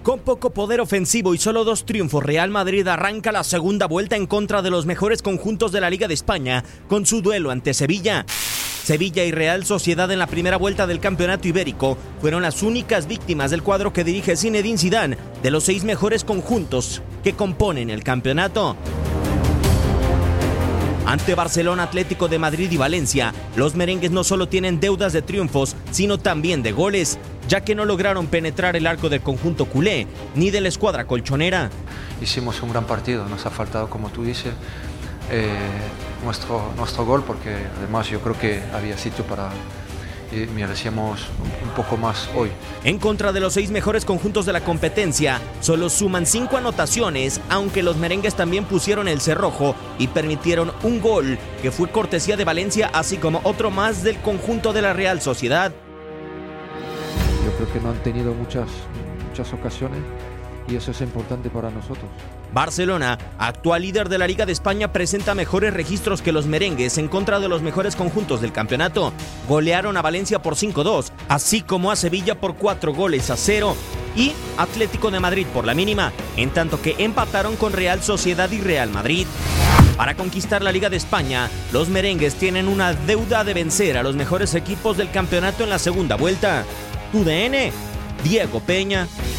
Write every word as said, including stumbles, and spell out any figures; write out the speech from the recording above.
Con poco poder ofensivo y solo dos triunfos, Real Madrid arranca la segunda vuelta en contra de los mejores conjuntos de la Liga de España con su duelo ante Sevilla. Sevilla y Real Sociedad en la primera vuelta del campeonato ibérico fueron las únicas víctimas del cuadro que dirige Zinedine Zidane de los seis mejores conjuntos que componen el campeonato. Ante Barcelona, Atlético de Madrid y Valencia, los merengues no solo tienen deudas de triunfos, sino también de goles, ya que no lograron penetrar el arco del conjunto culé, ni de la escuadra colchonera. Hicimos un gran partido, nos ha faltado, como tú dices, eh, nuestro, nuestro gol, porque además yo creo que había sitio para... y merecíamos un poco más hoy. En contra de los seis mejores conjuntos de la competencia, solo suman cinco anotaciones, aunque los merengues también pusieron el cerrojo y permitieron un gol, que fue cortesía de Valencia, así como otro más del conjunto de la Real Sociedad. Yo creo que no han tenido muchas, muchas ocasiones y eso es importante para nosotros. Barcelona, actual líder de la Liga de España, presenta mejores registros que los merengues en contra de los mejores conjuntos del campeonato. Golearon a Valencia por cinco dos, así como a Sevilla por cuatro goles a cero y Atlético de Madrid por la mínima, en tanto que empataron con Real Sociedad y Real Madrid. Para conquistar la Liga de España, los merengues tienen una deuda de vencer a los mejores equipos del campeonato en la segunda vuelta. U D N, Diego Peña.